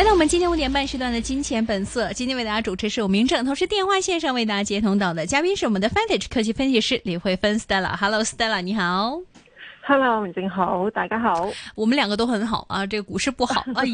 来到我们今天5点半时段的金钱本色，今天为大家主持是我明正，同时电话线上为大家接通到的嘉宾是我们的 Vantage 科技分析师李慧芬 Stella。Hello Stella， 你好。 Hello， 明正好，大家好。 我们两个都很好啊，这个股市不好啊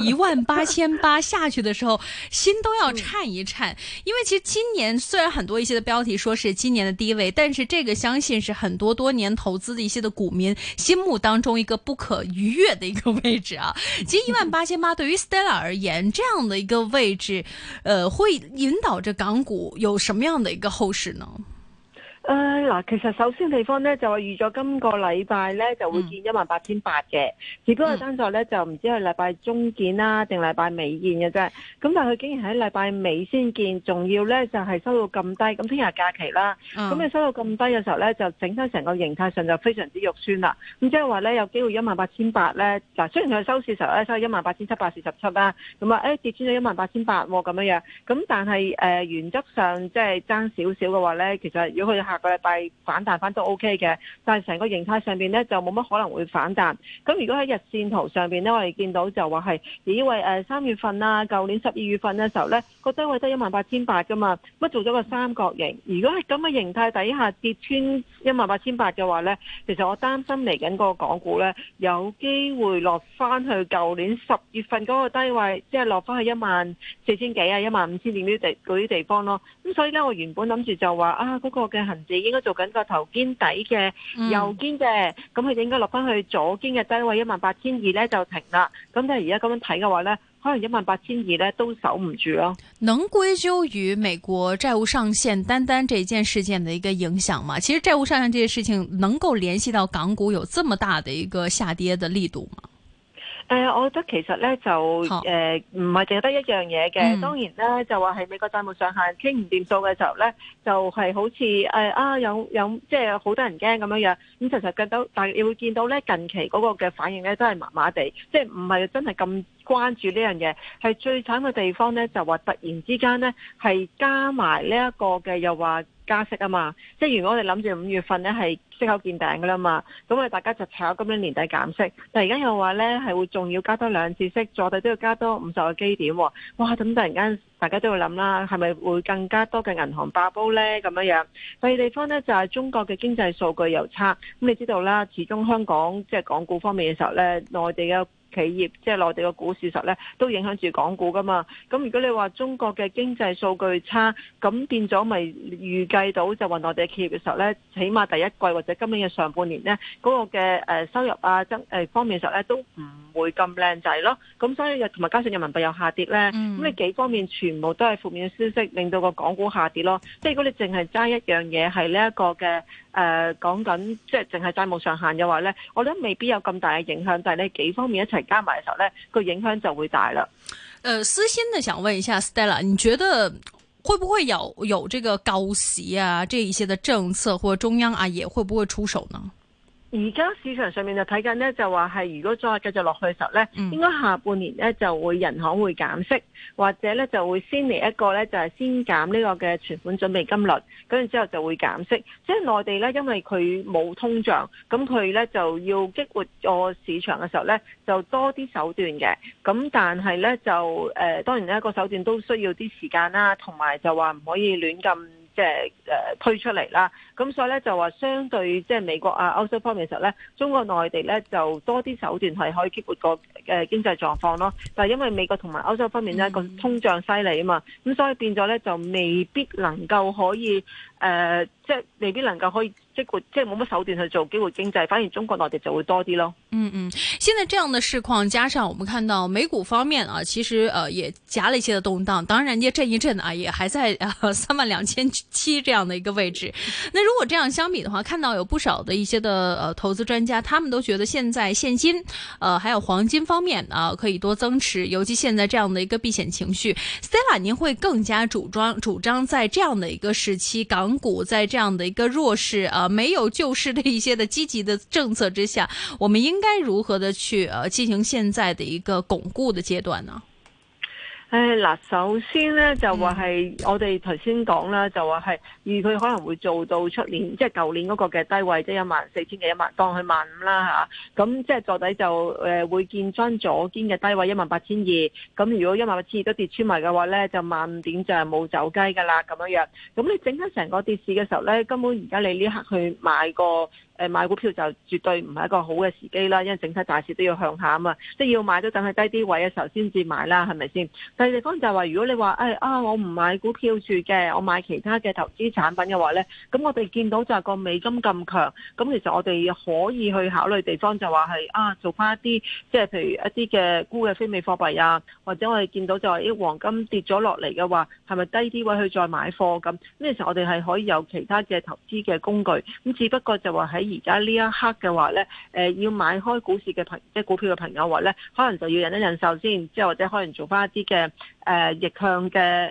，18800下去的时候，心都要颤一颤。因为其实今年虽然很多一些的标题说是今年的低位，但是这个相信是很多年投资的一些的股民心目当中一个不可逾越的一个位置啊。其实18800对于 Stella 而言，这样的一个位置，会引導着港股有什麼樣的一個後市呢？ 嗱，其實首先地方咧就係預咗今個禮拜咧就會見18800嘅，只不過單在咧就唔知係禮拜中見啦定禮拜尾見嘅啫。咁但係佢竟然喺禮拜尾先見，仲要咧就係收到咁低。咁聽日假期啦，咁你收到咁低嘅時候咧，就整體成個形態上就非常之肉酸啦。咁即係話咧有機會18800咧，嗱雖然佢收市時候咧收18747啦，咁啊跌穿咗18800咁樣樣，咁但係原則上即係爭少少嘅話咧，其實如果佢下個禮拜反彈翻都 OK 嘅，但係成個形態上邊咧就冇乜可能會反彈。咁如果喺日線圖上邊咧，我哋見到就話係因為3月份啊，舊年12月份嘅時候咧，個低位得18800噶嘛，咁做咗個三角形。如果係咁嘅形態底下跌穿18800嘅話咧，其實我擔心嚟緊個港股咧有機會落翻去舊年10月份嗰個低位，即係落翻去14000幾啊、15000點嗰啲地方咯。咁所以咧，我原本諗住就話嗰個嘅恒指應該做緊個頭肩底嘅右肩嘅，咁佢應該落翻去左肩嘅低位18200咧就停啦。咁但係而家咁樣睇嘅話咧，可能18200咧都守唔住咯。 能歸咎於美國債務上限單這件事件的一個影響嗎？其實債務上限這件事情能夠聯繫到港股有這麼大的一個下跌的力度嗎？ 我覺得其實咧就唔係淨係得一樣嘢嘅。當然咧就話係美國債務上限傾唔掂數嘅時候咧，就係好似有即係好多人驚咁樣樣。咁其實但係你會見到咧近期嗰個嘅反應咧都係麻麻地，即係唔係真係咁關注呢樣嘢。係最慘嘅地方咧就話突然之間咧係加埋呢一個嘅又話加息啊嘛，即係如果我哋諗住5月份咧係息口見頂噶啦嘛，咁我哋大家就炒今年年底減息，但而家又話咧係會仲要加多2次息，坐底都要加多50個基點喎。哇！咁突然間大家都要諗啦，係咪會更加多嘅銀行爆煲咧咁樣樣？第二地方咧就係中國嘅經濟數據又差，咁你知道啦，始終香港即係港股方面嘅時候咧，內地嘅企業即係內地嘅股市實咧都影響住港股噶嘛。咁如果你話中國嘅經濟數據差，咁變咗咪預計到就話內地嘅企業嘅時候咧，起碼第一季或者今年嘅上半年咧嗰個嘅收入啊方面嘅時候咧都唔會咁靚仔咯。咁所以同埋加上人民幣又下跌咧，咁你幾方面全部都係負面嘅消息，令到個港股下跌咯。即係如果你淨係揸一樣嘢係呢一個嘅講緊即係淨係債務上限嘅話咧，我覺得未必有咁大嘅影響，但係你幾方面一齊加埋嘅時候咧，個影響就會大了。 私心的想問一下 Stella， 你覺得會不會有這個救市啊，這一些的政策或中央啊，也會不會出手呢？ 而家市場上面就睇緊呢，就話係如果再繼續落去嘅時候呢，應該下半年呢就會人行會減息，或者呢就會先嚟一個呢，就係先減呢個嘅存款準備金率，跟住之後就會減息。即係內地呢，因為佢冇通脹，咁佢呢就要激活個市場嘅時候呢，就多啲手段嘅。咁但係呢，就當然呢個手段都需要啲時間啦，同埋就話唔可以亂咁即係推出嚟啦。咁所以咧就話相對即係美國啊、歐洲方面嘅時候咧，中國內地咧就多啲手段係可以激活個經濟狀況咯。但係因為美國同埋歐洲方面咧個通脹犀利啊嘛，咁所以變咗咧就未必能夠可以即係未必能夠可以激活，即係冇乜手段去做激活經濟，反而中國內地就會多啲咯。 現在這樣的市況，加上我們看到美股方面啊，其實也夾了一些的動盪，當然人家震一震啊，也還在32700這樣的一個位置。那如果這樣相比的話，看到有不少的一些的投資專家，他們都覺得現在現金還有黃金方面啊可以多增持，尤其現在這樣的一個避險情緒。Stella，您會更加主張在這樣的一個時期，港股在這樣的一個弱勢沒有救市的一些的積極的政策之下，我們應該如何的去進行現在的一個鞏固的階段呢？ 嗱，首先咧就話係我哋頭先講啦，就話係預佢可能會做到出年，即係舊年嗰個嘅低位，即係14,000幾當佢15,000啦嚇。咁即係坐底就會見翻左肩嘅低位18,200。咁如果18,200都跌穿埋嘅話咧，就15,000點就係冇走雞㗎啦咁樣樣。咁你整體成個跌市嘅時候咧，根本而家你呢刻去買股票就絕對唔係一個好嘅時機啦，因為整體大市都要向下啊嘛，即係要買都等佢低啲位嘅時候先至買啦，係咪先？第二地方就係話，如果你話我唔買股票住嘅，我買其他嘅投資產品嘅話咧，咁我哋見到就係個美金咁強，咁其實我哋可以去考慮地方就話係做翻一啲即係譬如一啲嘅沽嘅非美貨幣啊，或者我哋見到就係黃金跌咗落嚟嘅話，係咪低啲位去再買貨咁？呢個時候我哋係可以有其他嘅投資嘅工具，咁只不過就話喺而家呢一刻嘅話咧，要買開股市嘅即係股票嘅朋友話咧，可能就要忍一忍受先，之後或者可能做翻一啲嘅逆向嘅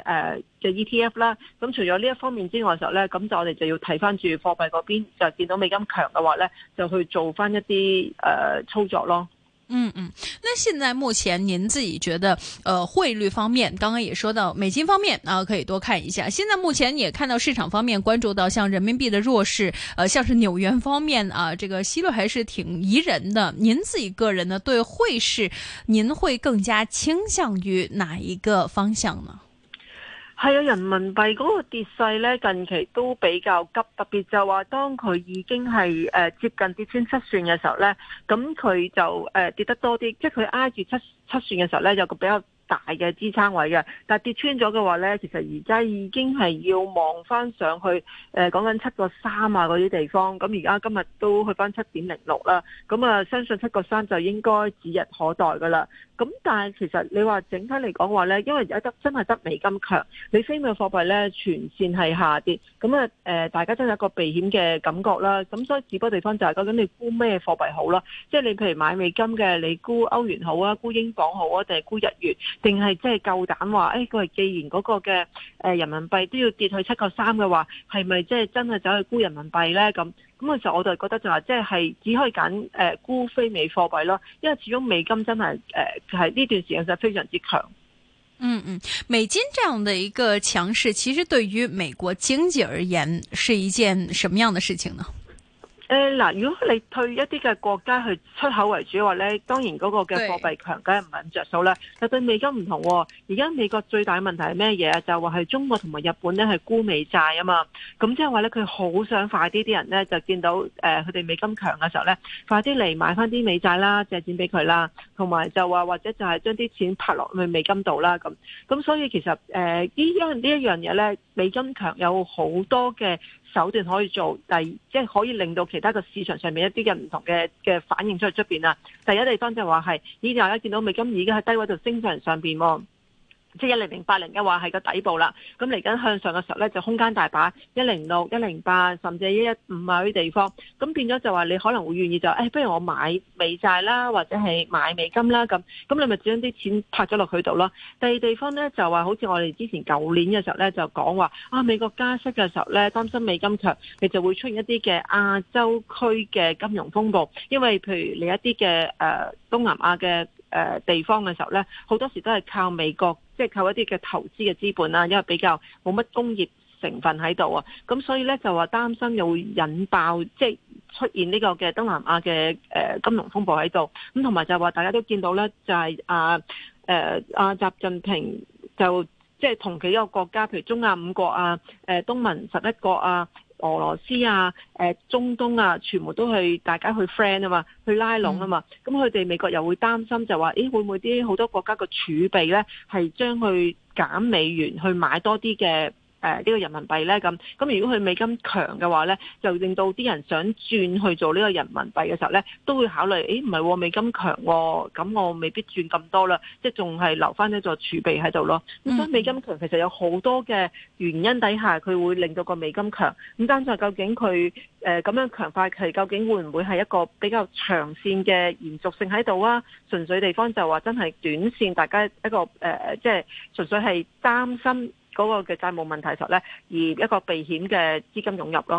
ETF 啦。咁除咗呢一方面之外嘅時候咧，咁就我哋就要睇翻住貨幣嗰邊，就見到美金強嘅話咧，就去做翻一啲操作咯。 那現在目前您自己覺得匯率方面，剛剛也說到美金方面啊，可以多看一下。現在目前也看到市場方面關注到像人民幣的弱勢，像是紐元方面啊，這個息率還是挺宜人的。您自己個人呢，對匯市您會更加傾向於哪一個方向呢？ 係啊，人民幣嗰個跌勢咧，近期都比較急，特別就話當佢已經係接近跌穿7算嘅時候咧，咁佢就跌得多啲，即係佢挨住七算嘅時候咧，有個比較大嘅支撐位嘅，但係跌穿咗嘅話咧，其實而家已經係要望翻上去講緊7.3啊嗰啲地方，咁而家今日都去翻7.06啦，咁啊相信7.3就應該指日可待噶啦。咁但係其實你話整體嚟講話咧，因為而家真係得美金強，你非美貨幣咧全線係下跌，咁大家真係一個避險嘅感覺啦。咁所以只不過地方就係究竟你沽咩貨幣好啦，即係你譬如買美金嘅，你沽歐元好啊，沽英鎊好啊，定係沽日元，定係即係夠膽話佢既然嗰個嘅人民幣都要跌去7.3嘅話，係咪即係真係走去沽人民幣咧？咁嘅時候我就覺得就話即係只可以揀沽非美貨幣咯，因為始終美金真係係呢段時間就非常之強。 美金這樣的一個強勢，其實對於美國經濟而言是一件什麼樣的事情呢？ 嗱，如果你對一啲嘅國家去出口為主嘅話咧，當然嗰個嘅貨幣強梗係唔係咁着數啦。但對美金唔同，而家美國最大嘅問題係咩嘢啊？就話係中國同埋日本咧係沽美債啊嘛。咁即係話咧，佢好想快啲啲人咧就見到佢哋美金強嘅時候咧，快啲嚟買翻啲美債啦，借錢俾佢啦，同埋就話或者就係將啲錢拍落去美金度啦。咁所以其實呢一樣嘢咧，美金強有好多嘅手段可以做，即係可以令到其他嘅市場上面一啲嘅唔同嘅反應出邊啊。第一地方就話係，大家見到美金已經喺低位度升上邊喎。即係10080嘅話係個底部啦，咁嚟緊向上嘅時候咧就空間大把，106、108甚至係115啊啲地方，咁變咗就話你可能會願意就不如我買美債啦，或者係買美金啦咁你咪將啲錢拍咗落去度咯。第二地方咧就話好似我哋之前舊年嘅時候咧就講話美國加息嘅時候咧擔心美金強，你就會出現一啲嘅亞洲區嘅金融風暴，因為譬如你一啲嘅東南亞嘅地方嘅時候咧，好多時都係靠美國，即係靠一啲嘅投資嘅資本啦，因為比較冇乜工業成分喺度啊，咁所以咧就話擔心又會引爆，即係出現呢個嘅東南亞嘅金融風暴喺度，咁同埋就話大家都見到咧，就係習近平就即係同幾個國家，譬如中亞5國啊，東盟11國啊。俄羅斯啊、中東啊，全部都係大家去 friend 啊嘛，去拉攏啊嘛，咁佢哋美國又會擔心就話，會唔會啲好多國家嘅儲備咧係將去減美元去買多啲嘅呢個人民幣咧咁如果佢美金強嘅話咧，就令到啲人想轉去做呢個人民幣嘅時候咧，都會考慮，唔係美金強，咁我未必轉咁多啦，即係仲係留翻呢個儲備喺度咯。咁所以美金強其實有好多嘅原因底下，佢會令到個美金強。咁單就究竟佢咁樣強化期，究竟會唔會係一個比較長線嘅延續性喺度啊？純粹地方就話真係短線，大家一個即係純粹係擔心嗰個嘅債務問題時候咧，而一個避險嘅資金湧入咯。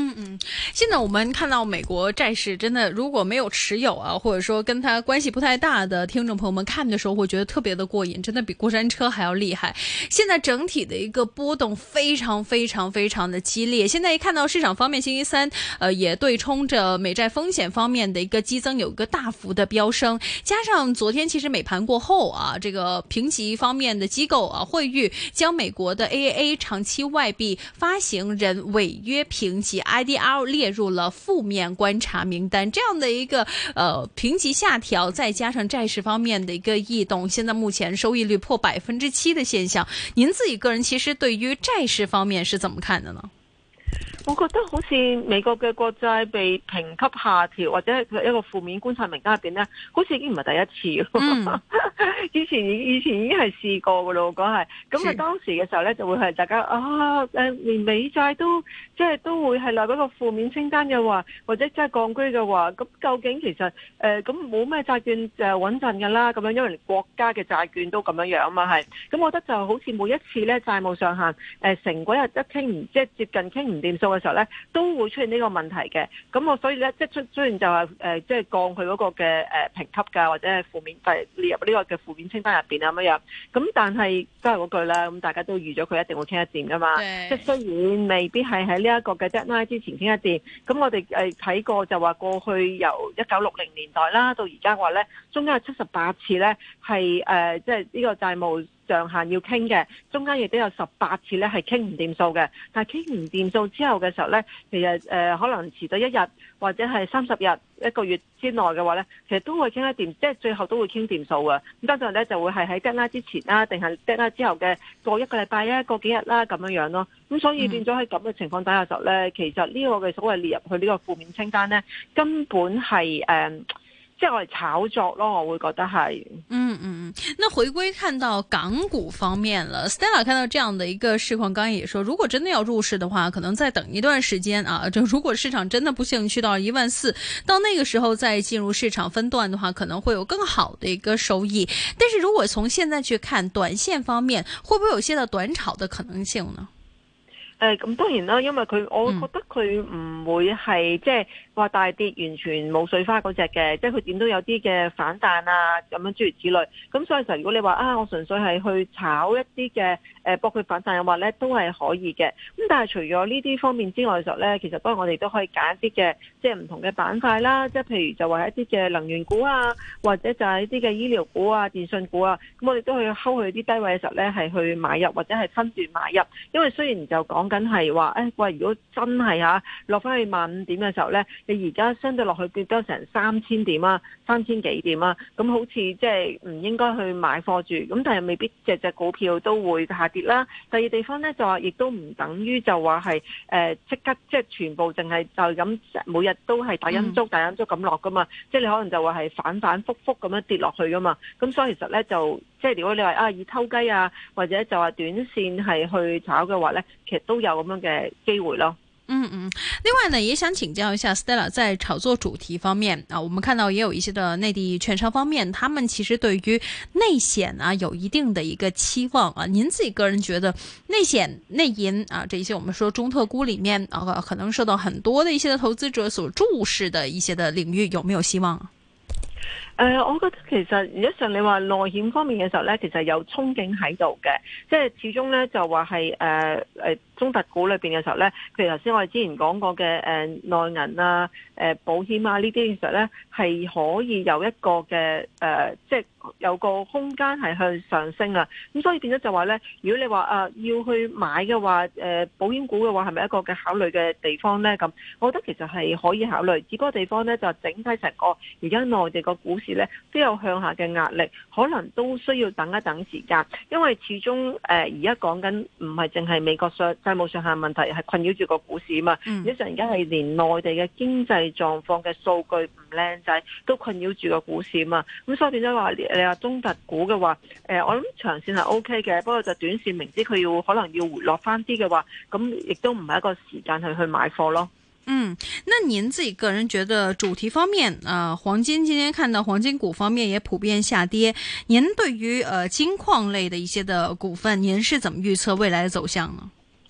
现在我们看到美国债市真的如果没有持有啊，或者说跟它关系不太大的听众朋友们看的时候会觉得特别的过瘾，真的比过山车还要厉害。现在整体的一个波动非常的激烈，现在一看到市场方面星期三也对冲着美债风险方面的一个激增有一个大幅的飙升，加上昨天其实美盘过后啊，这个评级方面的机构啊惠誉将美国的 AAA 长期外币发行人违约评级 IDR 列入了负面观察名单，这样的一个评级下调，再加上债市方面的一个异动，现在目前收益率破7%的现象，您自己个人其实对于债市方面是怎么看的呢？ 我覺得好似美國嘅國債被評級下調，或者係一個負面觀察名單入邊咧，好似已經唔係第一次咯。以前已經係試過嘅咯，我講係。咁啊當時嘅時候咧，就會係大家連美債都即係都會係納入一個負面清單嘅話，或者即係降居嘅話，咁究竟其實咁冇咩債券就穩陣㗎啦，咁樣因為連國家嘅債券都咁樣樣啊嘛係。咁我覺得就好似每一次咧債務上限成嗰日一傾唔即係接近傾唔掂數嘅時候咧，都會出現呢個問題嘅。咁我所以咧，即係雖然就係即係降佢嗰個嘅評級㗎，或者係負面列入呢個嘅負面清單入邊啊咁樣。咁但係都係嗰句啦，咁大家都預咗佢一定會傾得掂㗎嘛。即係雖然未必係喺呢一個嘅 deadline 之前傾得掂，咁我哋睇過就話過去由1960年代啦到而家話咧，中間有78次咧係即係呢個債務上限要傾嘅，中間亦都有18次咧係傾唔掂數嘅。但係傾唔掂數之後嘅時候咧，其實可能遲到1日或者係30日1個月之內嘅話咧，其實都會傾得掂，即係最後都會傾掂數嘅。咁當然咧就會係喺 deadline 之前啦，定係 deadline 之後嘅過1個禮拜啊，過幾日啦咁樣樣咯。咁所以變咗喺咁嘅情況底下嘅時候咧，其實呢個嘅所謂列入去呢個負面清單咧，根本係即係我哋炒作咯，我會覺得係。 那回歸看到港股方面了 ，Stella 看到這樣的一個市況，剛剛也說，如果真的要入市的話，可能再等一段時間啊。就如果市場真的不幸去到14000，到那個時候再進入市場分段的話，可能會有更好的一個收益。但是如果從現在去看，短線方面會不會有些的短炒的可能性呢？ 咁當然啦，因為我覺得佢唔會係即係話大跌完全冇水花嗰隻嘅，即係佢點都有啲嘅反彈啊，咁樣諸如此類。咁所以就如果你話我純粹係去炒一啲嘅搏佢反彈嘅話咧，都係可以嘅。咁但係除咗呢啲方面之外嘅時候咧，其實當然我哋都可以揀一啲嘅即係唔同嘅板塊啦，即係譬如就話一啲嘅能源股啊，或者就係一啲嘅醫療股啊、電信股啊，咁我哋都可以睺佢啲低位嘅時候咧係去買入或者係分段買入，因為雖然就講緊係話喂，如果真係落翻去15,000點嘅時候咧，你而家相對落去跌多成3000點啊，3000幾點啊，咁好似即係唔應該去買貨住，咁但係未必隻股票都會下跌啦。第二地方咧就話亦都唔等於就話係即刻即係全部淨係就咁每日都係大陰燭咁落噶嘛，即係你可能就話係反反覆覆咁樣跌落去噶嘛，咁所以其實咧就即係如果你話以偷雞啊或者就話短線係去炒嘅話咧，其實都有咁樣嘅機會咯。 另外呢，也想請教一下 Stella， 在炒作主題方面啊，我們看到也有一些的內地券商方面，他們其實對於內險啊有一定的一個期望啊。您自己個人覺得內險、內銀啊這些我們說中特估裏面啊，可能受到很多的一些的投資者所注視的一些的領域，有沒有希望啊？ 我覺得其實如果上你話內險方面嘅時候咧，其實有憧憬喺度嘅，即係始終咧就話係中特股裏邊嘅時候咧，譬如頭先我哋之前講過嘅內銀啊、保險啊呢啲，其實咧係可以有一個嘅即係有個空間係向上升啊。咁所以變咗就話咧，如果你話要去買嘅話，保險股嘅話係咪一個嘅考慮嘅地方咧？咁我覺得其實係可以考慮，只不過地方咧就整體成個而家內地個股市咧都有向下嘅壓力，可能都需要等一等時間，因為始終而家講緊唔係淨係美國債務上限問題係困擾住個股市嘛，而且而家係連內地嘅經濟狀況嘅數據唔靚仔都困擾住個股市嘛，咁所以變咗話你話中特股嘅話，我諗長線係 OK 嘅，不過就短線明知佢可能要回落翻啲嘅話，咁亦都唔係一個時間去買貨咯。 那您自己個人覺得主題方面黃金今天看到黃金股方面也普遍下跌，您對於金礦類的一些的股份，您是怎麼預測未來的走向呢？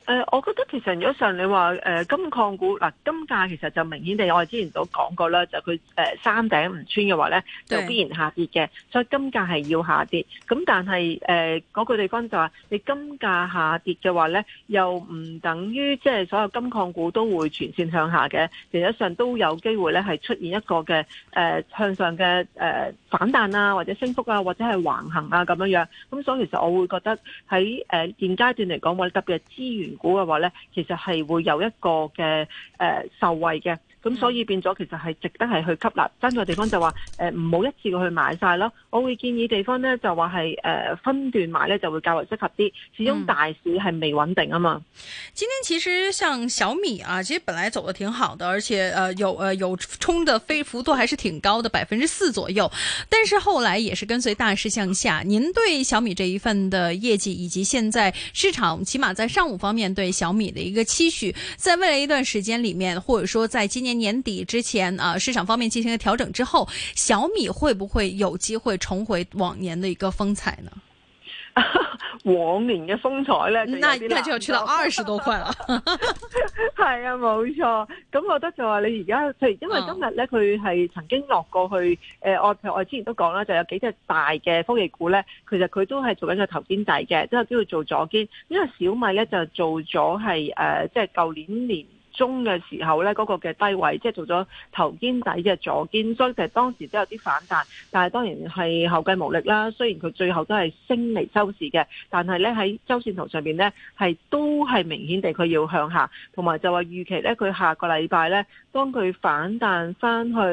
我覺得其實如果上你話金礦股嗱，金價其實就明顯地，我哋之前都講過啦，就佢山頂唔穿嘅話咧，就必然下跌嘅，所以金價係要下跌。咁但係嗰個地方就話，你金價下跌嘅話咧，又唔等於即係所有金礦股都會全線向下嘅，實際上都有機會咧係出現一個嘅向上嘅反彈啊，或者升幅啊，或者係橫行啊咁樣樣。咁所以其實我會覺得喺現階段嚟講，我哋特別係資源股嘅話咧，其實係會有一個嘅受惠嘅，咁所以變咗其實係值得係去吸納。爭在地方就話唔好一次過去買晒咯，我會建議地方咧就話係分段買咧就會較為適合啲，始終大市係未穩定啊嘛。 今天其實像小米啊，其實本來走得挺好的，而且有衝的幅度還是挺高的4%左右，但是後來也是跟隨大市向下。您對小米這一份的業績以及現在市場起碼在上午方面對小米的一個期許，在未來一段時間裏面，或者說在今年年底之前啊，市場方面進行了調整之後，小米會不會有機會重回往年的一個風采呢？ 往年嘅風采咧， 那就要去到20多塊啦。 係啊，冇錯。咁我覺得就話你而家，譬如因為今日咧，佢係曾經落過去，譬如我之前都講啦，就有幾隻大嘅科技股咧，其實佢都係做緊個頭肩底嘅，都有機會做左肩。因為小米咧就做咗係即係舊年年中嘅時候咧，嗰個嘅低位，即係做咗頭肩底嘅左肩，所以其實當時都有啲反彈，但係當然係後繼無力啦。雖然佢最後都係升嚟收市嘅，但係咧喺周線圖上邊咧係都係明顯地佢要向下，同埋就話預期咧佢下個禮拜咧，當佢反彈翻去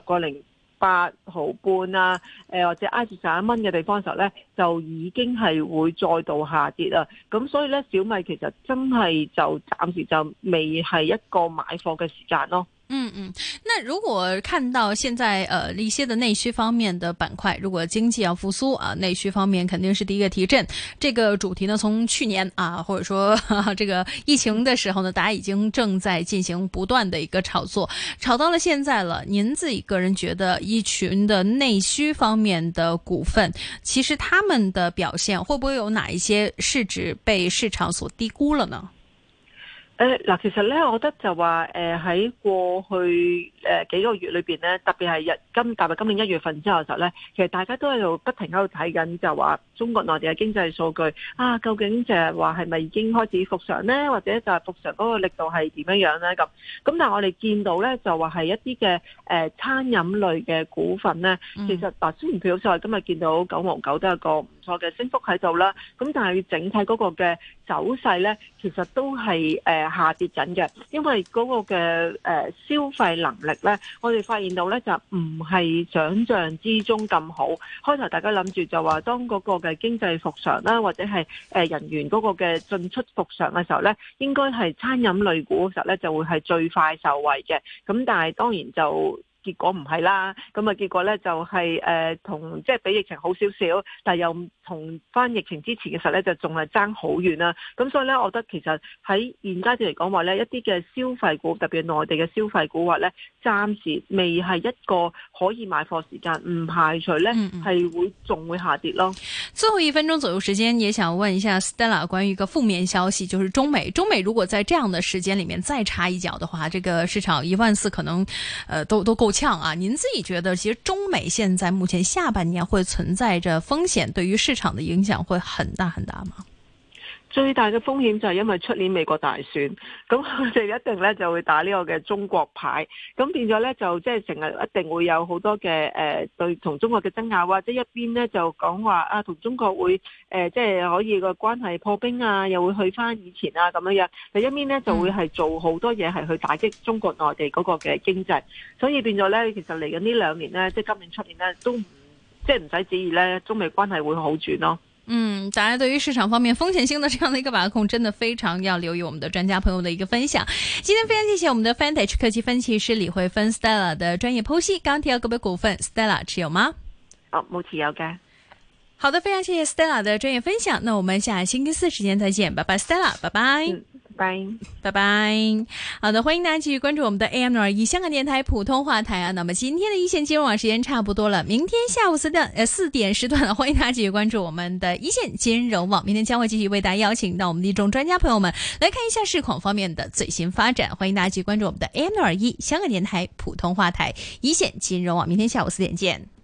10.08毫半啊，或者挨住11蚊嘅地方嘅時候咧，就已經係會再度下跌啦。咁所以咧，小米其實真係就暫時就未係一個買貨嘅時間咯。 那如果看到現在一些的內需方面的板塊，如果經濟要復甦啊，內需方面肯定是第一個提振。這個主題呢，從去年啊，或者說這個疫情的時候呢，大家已經正在進行不斷的一個炒作，炒到了現在了。您自己個人覺得一群的內需方面的股份，其實他們的表現會不會有哪一些市值被市場所低估了呢？ 嗱，其實咧，我覺得就話喺過去幾個月裏邊咧，特別係踏入今年1月份之後嘅時候咧，其實大家都喺度不停喺度睇緊，就話中國內地嘅經濟數據啊，究竟就係話係咪已經開始復常咧，或者就係復常嗰個力度係點樣樣咧咁？咁但係我哋見到咧，就話係一啲嘅餐飲類嘅股份咧，其實嗱，雖然譬如好似我今日見到9毛9都有個唔錯嘅升幅喺度啦，咁但係整體嗰個嘅走勢咧，其實都係下跌緊嘅，因為嗰個嘅消費能力咧，我哋發現到咧就唔係想象之中咁好。開頭大家諗住就話，當嗰個嘅經濟復常啦，或者係人員嗰個嘅進出復常嘅時候咧，應該係餐飲類股嘅時候咧就會係最快受惠嘅。咁但係當然就結果唔係啦，咁啊結果咧就係同即係比疫情好少少，但係又同翻疫情之前嘅時候咧就仲係爭好遠啦。咁所以咧，我覺得其實喺現階段嚟講話咧，一啲嘅消費股，特別係內地嘅消費股話咧，暫時未係一個可以買貨時間，唔排除咧係會仲會下跌咯。 最後1分鐘左右時間，也想問一下 Stella 關於一個負面消息，就是中美如果在這樣的時間裡面再插一腳的話，這個市場14000可能都夠嗆啊！您自己覺得，其實中美現在目前下半年會存在着風險，對於市場的影響會很大很大嗎？ 最大嘅風險就係因為出年美國大選，咁佢哋一定咧就會打呢個嘅中國牌，咁變咗咧就即係成日一定會有好多嘅對同中國嘅爭拗，或者一邊咧就講話啊同中國會即係可以個關係破冰啊，又會去翻以前啊咁樣樣，另一邊咧就會係做好多嘢係去打擊中國內地嗰個嘅經濟，所以變咗咧其實嚟緊呢2年咧，即係今年出年咧都即係唔使指意咧，中美關係會好轉咯。 大家對於市場方面風險性的這樣的一個把控，真的非常要留意我們的專家朋友的一個分享。今天非常謝謝我們的 Vantage 科技分析師李慧芬 Stella 的專業剖析。剛提到個別股份 Stella 持有嗎？ 冇持有嘅。 好的，非常謝謝 Stella 的專業分享。那我們下星期4時間再見，拜拜 Stella，拜拜。 拜拜拜。好的，欢迎大家继续关注我们的 AM621香港电台普通话台啊。那么今天的一线金融网时间差不多了，明天下午4点时段欢迎大家继续关注我们的一线金融网，明天将会继续为大家邀请到我们的一众专家朋友们来看一下市况方面的最新发展。欢迎大家继续关注我们的 AM621香港电台普通话台一线金融网，明天下午4点见。